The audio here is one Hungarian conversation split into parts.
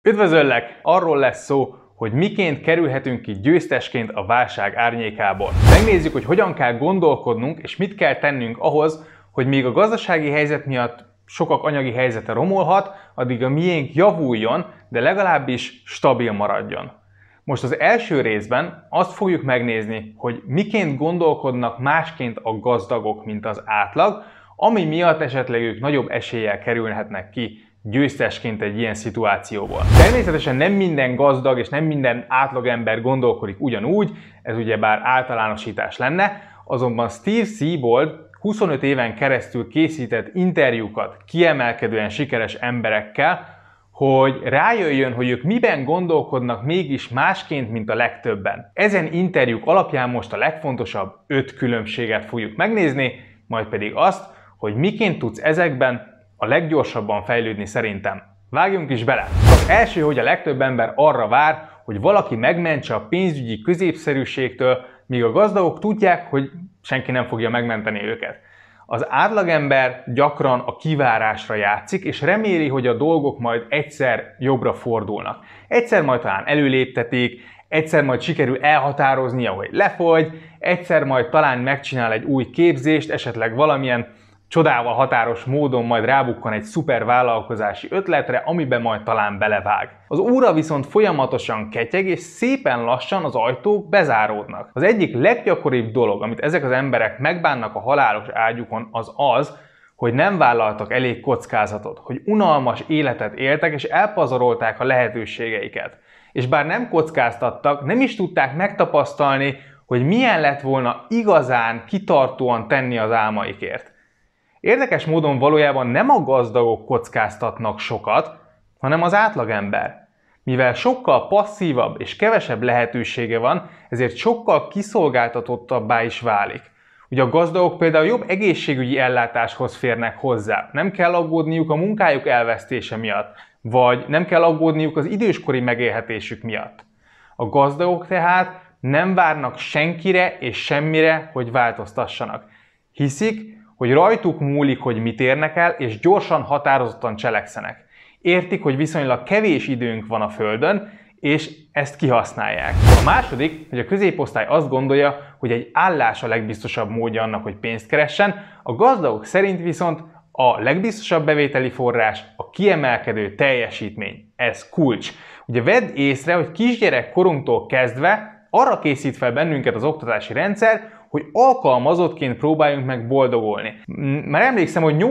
Üdvözöllek! Arról lesz szó, hogy miként kerülhetünk ki győztesként a válság árnyékából. Megnézzük, hogy hogyan kell gondolkodnunk és mit kell tennünk ahhoz, hogy még a gazdasági helyzet miatt sokak anyagi helyzete romolhat, addig a miénk javuljon, de legalábbis stabil maradjon. Most az első részben azt fogjuk megnézni, hogy miként gondolkodnak másként a gazdagok, mint az átlag, ami miatt esetleg ők nagyobb eséllyel kerülhetnek ki győztesként egy ilyen szituációból. Természetesen nem minden gazdag és nem minden átlagember gondolkodik ugyanúgy, ez ugyebár általánosítás lenne, azonban Steve Siebold 25 éven keresztül készített interjúkat kiemelkedően sikeres emberekkel, hogy rájöjjön, hogy ők miben gondolkodnak mégis másként, mint a legtöbben. Ezen interjúk alapján most a legfontosabb 5 különbséget fogjuk megnézni, majd pedig azt, hogy miként tudsz ezekben a leggyorsabban fejlődni szerintem. Vágjunk is bele! Az első, hogy a legtöbb ember arra vár, hogy valaki megmentse a pénzügyi középszerűségtől, míg a gazdagok tudják, hogy senki nem fogja megmenteni őket. Az átlagember gyakran a kivárásra játszik, és reméli, hogy a dolgok majd egyszer jobbra fordulnak. Egyszer majd talán előléptetik, egyszer majd sikerül elhatároznia, hogy lefogy, egyszer majd talán megcsinál egy új képzést, esetleg valamilyen csodával határos módon majd rábukkan egy szuper vállalkozási ötletre, amiben majd talán belevág. Az óra viszont folyamatosan ketyeg, és szépen lassan az ajtók bezáródnak. Az egyik leggyakoribb dolog, amit ezek az emberek megbánnak a halálos ágyukon, az az, hogy nem vállaltak elég kockázatot, hogy unalmas életet éltek, és elpazarolták a lehetőségeiket. És bár nem kockáztattak, nem is tudták megtapasztalni, hogy milyen lett volna igazán kitartóan tenni az álmaikért. Érdekes módon valójában nem a gazdagok kockáztatnak sokat, hanem az átlagember. Mivel sokkal passzívabb és kevesebb lehetősége van, ezért sokkal kiszolgáltatottabbá is válik. Ugye a gazdagok például jobb egészségügyi ellátáshoz férnek hozzá, nem kell aggódniuk a munkájuk elvesztése miatt, vagy nem kell aggódniuk az időskori megélhetésük miatt. A gazdagok tehát nem várnak senkire és semmire, hogy változtassanak. Hiszik, hogy rajtuk múlik, hogy mit érnek el, és gyorsan, határozottan cselekszenek. Értik, hogy viszonylag kevés időnk van a Földön, és ezt kihasználják. A második, hogy a középosztály azt gondolja, hogy egy állás a legbiztosabb módja annak, hogy pénzt keressen, a gazdagok szerint viszont a legbiztosabb bevételi forrás a kiemelkedő teljesítmény. Ez kulcs. Ugye vedd észre, hogy kisgyerek korunktól kezdve arra készít fel bennünket az oktatási rendszer, hogy alkalmazottként próbáljunk meg boldogulni. Már emlékszem, hogy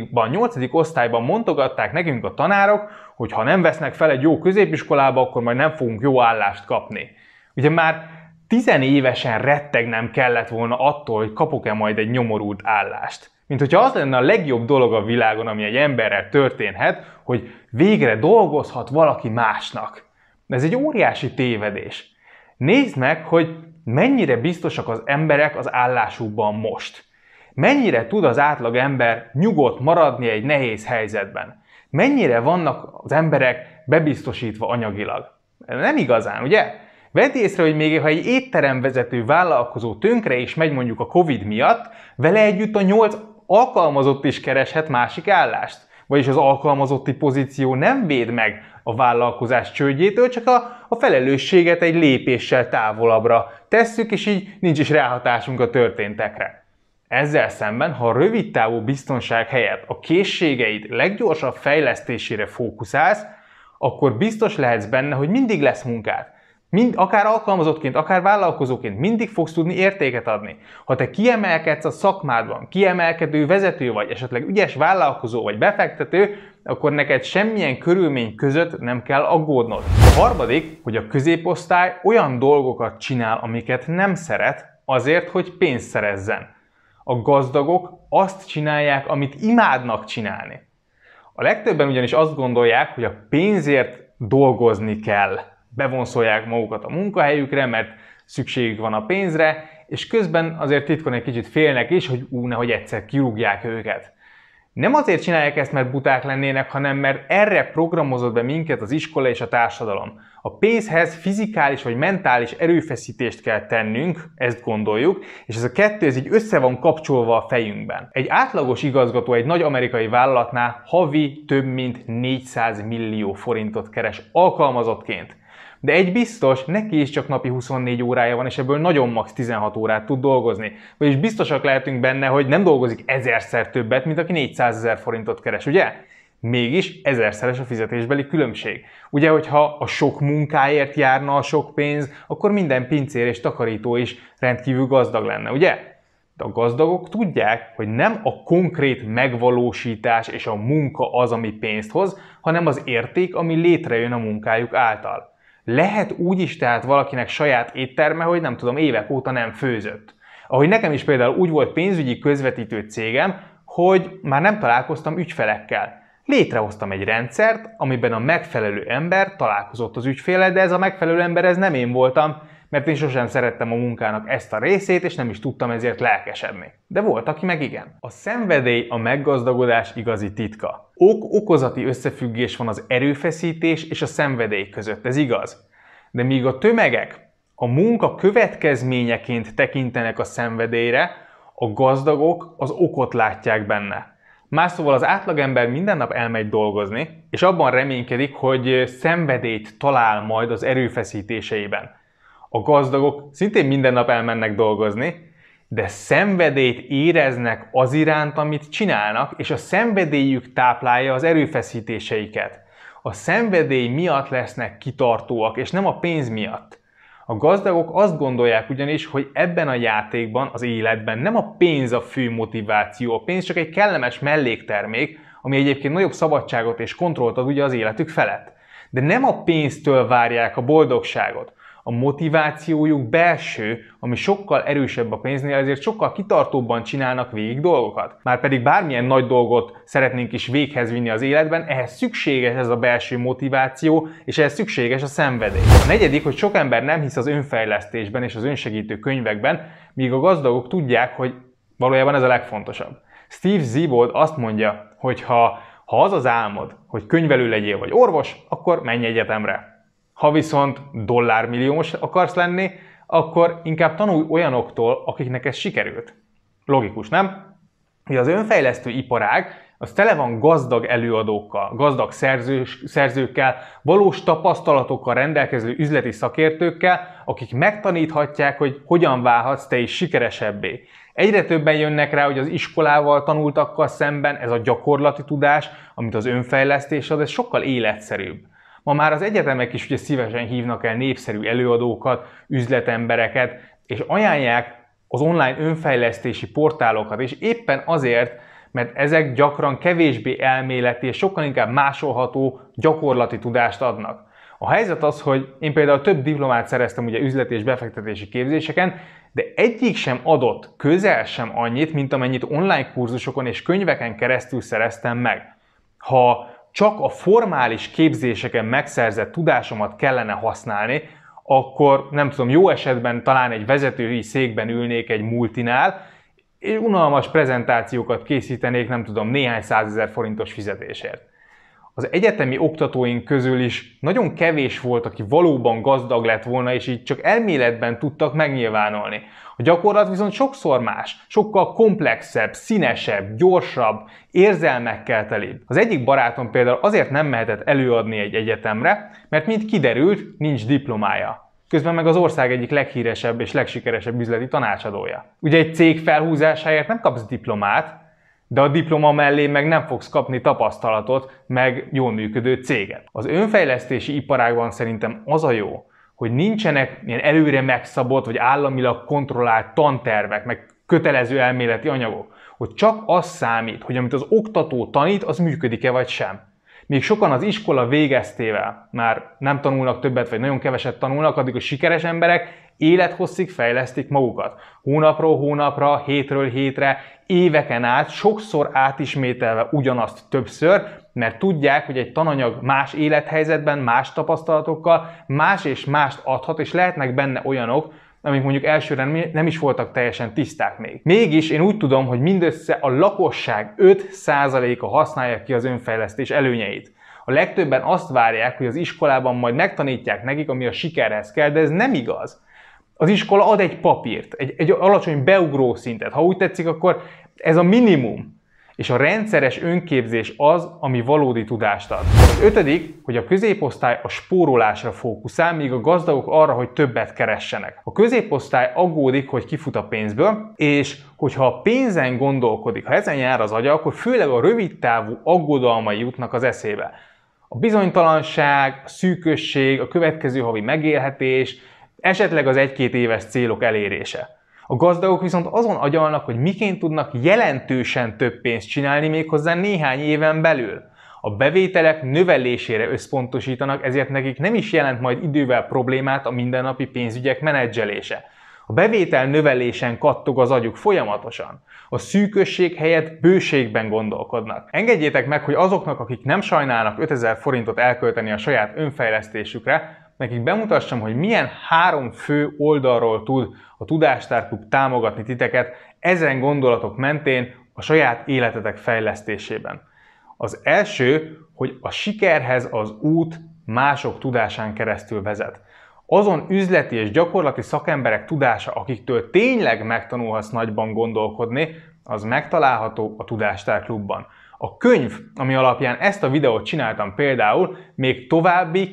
8. osztályban mondogatták nekünk a tanárok, hogy ha nem vesznek fel egy jó középiskolába, akkor majd nem fogunk jó állást kapni. Ugye már 10 évesen rettegnem kellett volna attól, hogy kapok-e majd egy nyomorult állást. Mint hogyha az lenne a legjobb dolog a világon, ami egy emberrel történhet, hogy végre dolgozhat valaki másnak. Ez egy óriási tévedés. Nézd meg, hogy mennyire biztosak az emberek az állásukban most. Mennyire tud az átlag ember nyugodt maradni egy nehéz helyzetben. Mennyire vannak az emberek bebiztosítva anyagilag. Nem igazán, ugye? Vedd észre, hogy még ha egy étteremvezető vállalkozó tönkre is megy mondjuk a Covid miatt, vele együtt a 8 alkalmazott is kereshet másik állást. Vagyis az alkalmazotti pozíció nem véd meg a vállalkozás csődjétől, csak a felelősséget egy lépéssel távolabbra tesszük, és így nincs is ráhatásunk a történtekre. Ezzel szemben, ha a rövidtávú biztonság helyett a készségeid leggyorsabb fejlesztésére fókuszálsz, akkor biztos lehetsz benne, hogy mindig lesz munkád. Akár alkalmazottként, akár vállalkozóként mindig fogsz tudni értéket adni. Ha te kiemelkedsz a szakmádban, kiemelkedő vezető vagy, esetleg ügyes vállalkozó vagy befektető, akkor neked semmilyen körülmény között nem kell aggódnod. A harmadik, hogy a középosztály olyan dolgokat csinál, amiket nem szeret, azért, hogy pénzt szerezzen. A gazdagok azt csinálják, amit imádnak csinálni. A legtöbben ugyanis azt gondolják, hogy a pénzért dolgozni kell. Bevonszolják magukat a munkahelyükre, mert szükségük van a pénzre, és közben azért titkon egy kicsit félnek is, hogy nehogy egyszer kirúgják őket. Nem azért csinálják ezt, mert buták lennének, hanem mert erre programozott be minket az iskola és a társadalom. A pénzhez fizikális vagy mentális erőfeszítést kell tennünk, ezt gondoljuk, és ez a kettő így össze van kapcsolva a fejünkben. Egy átlagos igazgató egy nagy amerikai vállalatnál havi több mint 400 millió forintot keres alkalmazottként. De egy biztos, neki is csak napi 24 órája van, és ebből nagyon max 16 órát tud dolgozni. Vagyis biztosak lehetünk benne, hogy nem dolgozik 1000-szer többet, mint aki 400 000 forintot keres, ugye? Mégis 1000-szeres a fizetésbeli különbség. Ugye, hogyha a sok munkáért járna a sok pénz, akkor minden pincér és takarító is rendkívül gazdag lenne, ugye? De a gazdagok tudják, hogy nem a konkrét megvalósítás és a munka az, ami pénzt hoz, hanem az érték, ami létrejön a munkájuk által. Lehet úgy is tehát valakinek saját étterme, hogy nem tudom, évek óta nem főzött. Ahogy nekem is például úgy volt pénzügyi közvetítő cégem, hogy már nem találkoztam ügyfelekkel. Létrehoztam egy rendszert, amiben a megfelelő ember találkozott az ügyféllel, de ez a megfelelő ember ez nem én voltam, mert én sosem szerettem a munkának ezt a részét, és nem is tudtam ezért lelkesedni. De volt, aki meg igen. A szenvedély a meggazdagodás igazi titka. Ok-okozati összefüggés van az erőfeszítés és a szenvedély között, ez igaz. De míg a tömegek a munka következményeként tekintenek a szenvedélyre, a gazdagok az okot látják benne. Más szóval az átlagember minden nap elmegy dolgozni, és abban reménykedik, hogy szenvedélyt talál majd az erőfeszítéseiben. A gazdagok szintén minden nap elmennek dolgozni, de szenvedélyt éreznek az iránt, amit csinálnak, és a szenvedélyük táplálja az erőfeszítéseiket. A szenvedély miatt lesznek kitartóak, és nem a pénz miatt. A gazdagok azt gondolják ugyanis, hogy ebben a játékban, az életben nem a pénz a fő motiváció, a pénz csak egy kellemes melléktermék, ami egyébként nagyobb szabadságot és kontrollt ad ugye az életük felett. De nem a pénztől várják a boldogságot. A motivációjuk belső, ami sokkal erősebb a pénznél, ezért sokkal kitartóbban csinálnak végig dolgokat. Márpedig bármilyen nagy dolgot szeretnénk is véghez vinni az életben, ehhez szükséges ez a belső motiváció, és ehhez szükséges a szenvedély. A negyedik, hogy sok ember nem hisz az önfejlesztésben és az önsegítő könyvekben, míg a gazdagok tudják, hogy valójában ez a legfontosabb. Steve Siebold azt mondja, hogy ha az az álmod, hogy könyvelő legyél vagy orvos, akkor menj egyetemre. Ha viszont dollármilliós akarsz lenni, akkor inkább tanulj olyanoktól, akiknek ez sikerült. Logikus, nem? Ugye az önfejlesztő iparág az tele van gazdag előadókkal, gazdag szerzőkkel, valós tapasztalatokkal rendelkező üzleti szakértőkkel, akik megtaníthatják, hogy hogyan válhatsz te is sikeresebbé. Egyre többen jönnek rá, hogy az iskolával tanultakkal szemben ez a gyakorlati tudás, amit az önfejlesztés ad, ez sokkal életszerűbb. Ma már az egyetemek is ugye szívesen hívnak el népszerű előadókat, üzletembereket, és ajánlják az online önfejlesztési portálokat, és éppen azért, mert ezek gyakran kevésbé elméleti és sokkal inkább másolható gyakorlati tudást adnak. A helyzet az, hogy én például több diplomát szereztem ugye üzleti és befektetési képzéseken, de egyik sem adott közel sem annyit, mint amennyit online kurzusokon és könyveken keresztül szereztem meg. Ha csak a formális képzéseken megszerzett tudásomat kellene használni, akkor nem tudom, jó esetben talán egy vezetői székben ülnék egy multinál, és unalmas prezentációkat készítenék, nem tudom, néhány 100 000 forintos fizetésért. Az egyetemi oktatóink közül is nagyon kevés volt, aki valóban gazdag lett volna, és így csak elméletben tudtak megnyilvánulni. A gyakorlat viszont sokszor más, sokkal komplexebb, színesebb, gyorsabb, érzelmekkel telibb. Az egyik barátom például azért nem mehetett előadni egy egyetemre, mert mint kiderült, nincs diplomája. Közben meg az ország egyik leghíresebb és legsikeresebb üzleti tanácsadója. Ugye egy cég felhúzásáért nem kapsz diplomát, de a diploma mellé meg nem fogsz kapni tapasztalatot, meg jól működő céget. Az önfejlesztési iparágban szerintem az a jó, hogy nincsenek ilyen előre megszabott vagy államilag kontrollált tantervek, meg kötelező elméleti anyagok, hogy csak az számít, hogy amit az oktató tanít, az működik-e vagy sem. Míg sokan az iskola végeztével már nem tanulnak többet, vagy nagyon keveset tanulnak, addig a sikeres emberek élethosszig fejlesztik magukat. Hónapról hónapra, hétről hétre, éveken át, sokszor átismételve ugyanazt többször, mert tudják, hogy egy tananyag más élethelyzetben, más tapasztalatokkal más és mást adhat, és lehetnek benne olyanok, amik mondjuk elsőre nem is voltak teljesen tiszták még. Mégis én úgy tudom, hogy mindössze a lakosság 5%-a használja ki az önfejlesztés előnyeit. A legtöbben azt várják, hogy az iskolában majd megtanítják nekik, ami a sikerhez kell, de ez nem igaz. Az iskola ad egy papírt, egy alacsony beugró szintet. Ha úgy tetszik, akkor ez a minimum. És a rendszeres önképzés az, ami valódi tudást ad. Az ötödik, hogy a középosztály a spórolásra fókuszál, míg a gazdagok arra, hogy többet keressenek. A középosztály aggódik, hogy kifut a pénzből, és hogyha a pénzen gondolkodik, ha ezen jár az agya, akkor főleg a rövidtávú aggodalmai jutnak az eszébe. A bizonytalanság, a szűkösség, a következő havi megélhetés, esetleg az 1-2 éves célok elérése. A gazdagok viszont azon agyalnak, hogy miként tudnak jelentősen több pénzt csinálni méghozzá néhány éven belül. A bevételek növelésére összpontosítanak, ezért nekik nem is jelent majd idővel problémát a mindennapi pénzügyek menedzselése. A bevétel növelésen kattog az agyuk folyamatosan. A szűkösség helyett bőségben gondolkodnak. Engedjétek meg, hogy azoknak, akik nem sajnálnak 5000 forintot elkölteni a saját önfejlesztésükre, nekik bemutassam, hogy milyen 3 fő oldalról tud a Tudástárklub támogatni titeket ezen gondolatok mentén a saját életetek fejlesztésében. Az első, hogy a sikerhez az út mások tudásán keresztül vezet. Azon üzleti és gyakorlati szakemberek tudása, akiktől tényleg megtanulhatsz nagyban gondolkodni, az megtalálható a Tudástárklubban. A könyv, ami alapján ezt a videót csináltam például, még további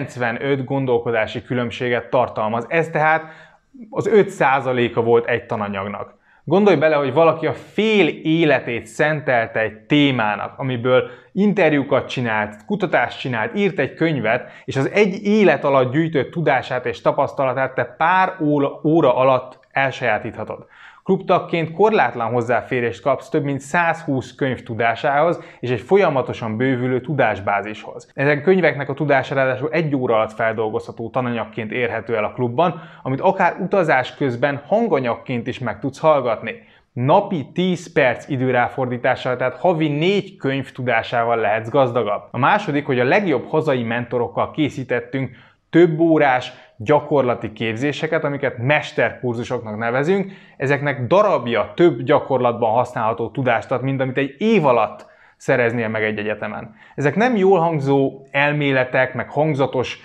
95 gondolkodási különbséget tartalmaz. Ez tehát az 5%-a volt egy tananyagnak. Gondolj bele, hogy valaki a fél életét szentelte egy témának, amiből interjúkat csinált, kutatást csinált, írt egy könyvet, és az egy élet alatt gyűjtött tudását és tapasztalatát te pár óra alatt elsajátíthatod. Klubtagként korlátlan hozzáférést kapsz több mint 120 könyv tudásához és egy folyamatosan bővülő tudásbázishoz. Ezen könyveknek a tudása ráadásul 1 óra alatt feldolgozható tananyagként érhető el a klubban, amit akár utazás közben hanganyagként is meg tudsz hallgatni. Napi 10 perc időráfordítással, tehát havi 4 könyv tudásával lehetsz gazdagabb. A második, hogy a legjobb hazai mentorokkal készítettünk több órás gyakorlati képzéseket, amiket mesterkurzusoknak nevezünk. Ezeknek darabja több gyakorlatban használható tudást ad, mint amit egy év alatt szereznél meg egy egyetemen. Ezek nem jól hangzó elméletek, meg hangzatos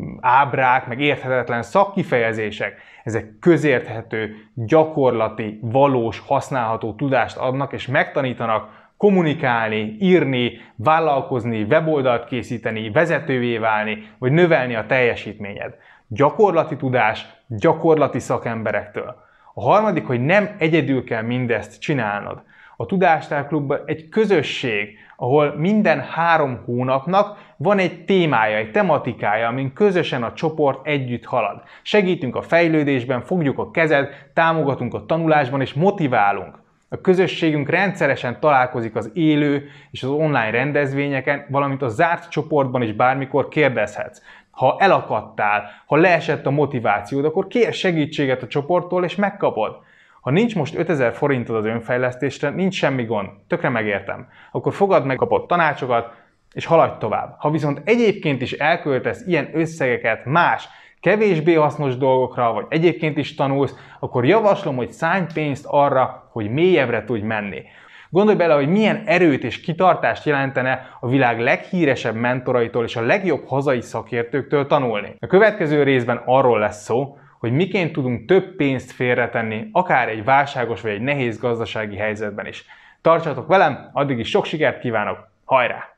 ábrák, meg érthetetlen szakkifejezések. Ezek közérthető, gyakorlati, valós, használható tudást adnak, és megtanítanak kommunikálni, írni, vállalkozni, weboldalt készíteni, vezetővé válni, vagy növelni a teljesítményed. Gyakorlati tudás, gyakorlati szakemberektől. A harmadik, hogy nem egyedül kell mindezt csinálnod. A Tudástárklubban egy közösség, ahol minden 3 hónapnak van egy témája, egy tematikája, amin közösen a csoport együtt halad. Segítünk a fejlődésben, fogjuk a kezed, támogatunk a tanulásban és motiválunk. A közösségünk rendszeresen találkozik az élő és az online rendezvényeken, valamint a zárt csoportban is bármikor kérdezhetsz. Ha elakadtál, ha leesett a motivációd, akkor kérj segítséget a csoporttól és megkapod. Ha nincs most 5000 forintod az önfejlesztésre, nincs semmi gond, tökre megértem. Akkor fogadd meg kapott tanácsokat és haladj tovább. Ha viszont egyébként is elköltesz ilyen összegeket más, kevésbé hasznos dolgokra, vagy egyébként is tanulsz, akkor javaslom, hogy szállj pénzt arra, hogy mélyebbre tudj menni. Gondolj bele, hogy milyen erőt és kitartást jelentene a világ leghíresebb mentoraitól és a legjobb hazai szakértőktől tanulni. A következő részben arról lesz szó, hogy miként tudunk több pénzt félretenni, akár egy válságos vagy egy nehéz gazdasági helyzetben is. Tartsatok velem, addig is sok sikert kívánok, hajrá!